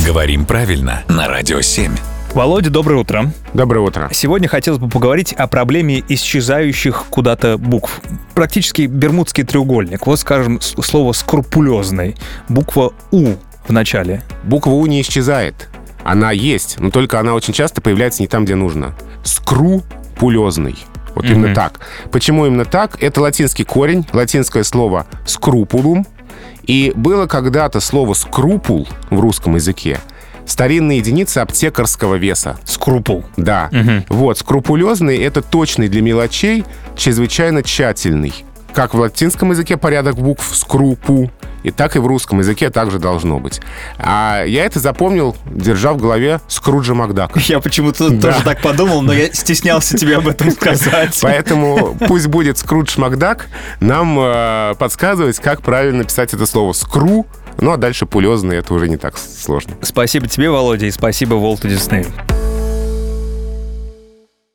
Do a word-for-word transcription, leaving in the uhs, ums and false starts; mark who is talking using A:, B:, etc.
A: Говорим правильно на Радио семь.
B: Володя, доброе утро.
C: Доброе утро.
B: Сегодня хотелось бы поговорить о проблеме исчезающих куда-то букв. Практически бермудский треугольник. Вот, скажем, слово «скрупулезный». Буква «У» в начале.
C: Буква «У» не исчезает. Она есть, но только она очень часто появляется не там, где нужно. Скрупулезный. Вот mm-hmm. именно так. Почему именно так? Это латинский корень, латинское слово «скрупулум». И было когда-то слово «скрупул» в русском языке старинная единица аптекарского веса.
B: Скрупул.
C: Да.
B: Угу.
C: Вот, скрупулезный — это точный для мелочей, чрезвычайно тщательный. Как в латинском языке порядок букв «скрупу», и так и в русском языке также должно быть. А я это запомнил, держа в голове Скруджа Макдака.
B: Я почему-то да. тоже так подумал, но я стеснялся тебе об этом сказать.
C: Поэтому пусть будет Скрудж Макдак нам э, подсказывать, как правильно писать это слово «скру». Ну, а дальше пулезный — это уже не так сложно.
B: Спасибо тебе, Володя, и спасибо Волту Диснею.